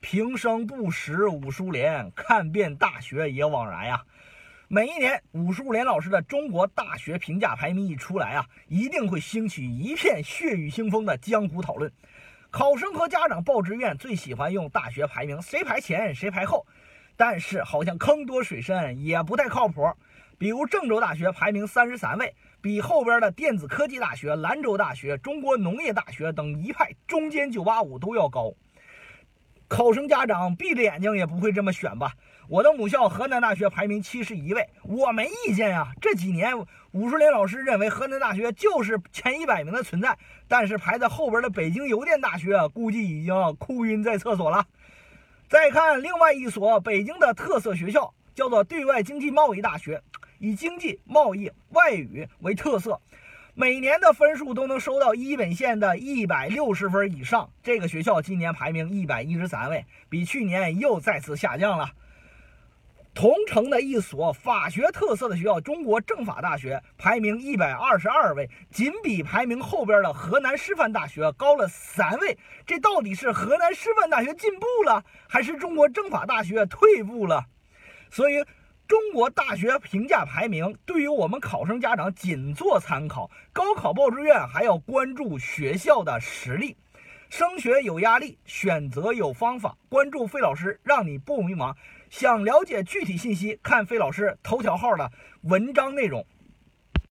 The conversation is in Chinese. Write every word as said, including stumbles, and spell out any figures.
平生不识武书连，看遍大学也枉然呀。每一年武书连老师的中国大学评价排名一出来啊，一定会兴起一片血雨腥风的江湖讨论。考生和家长报志愿最喜欢用大学排名，谁排前谁排后，但是好像坑多水深，也不太靠谱。比如郑州大学排名三十三位，比后边的电子科技大学、兰州大学、中国农业大学等一派中间九八五都要高。考生家长闭着眼睛也不会这么选吧？我的母校河南大学排名七十一位，我没意见呀。这几年武书连老师认为河南大学就是前一百名的存在，但是排在后边的北京邮电大学估计已经哭晕在厕所了。再看另外一所北京的特色学校，叫做对外经济贸易大学，以经济、贸易、外语为特色，每年的分数都能收到一本线的一百六十分以上。这个学校今年排名一百一十三位，比去年又再次下降了。同城的一所法学特色的学校中国政法大学排名一百二十二位，仅比排名后边的河南师范大学高了三位。这到底是河南师范大学进步了，还是中国政法大学退步了？所以中国大学评价排名对于我们考生家长仅做参考，高考报志愿还要关注学校的实力。升学有压力，选择有方法，关注费老师，让你不迷茫。想了解具体信息，看费老师头条号的文章内容。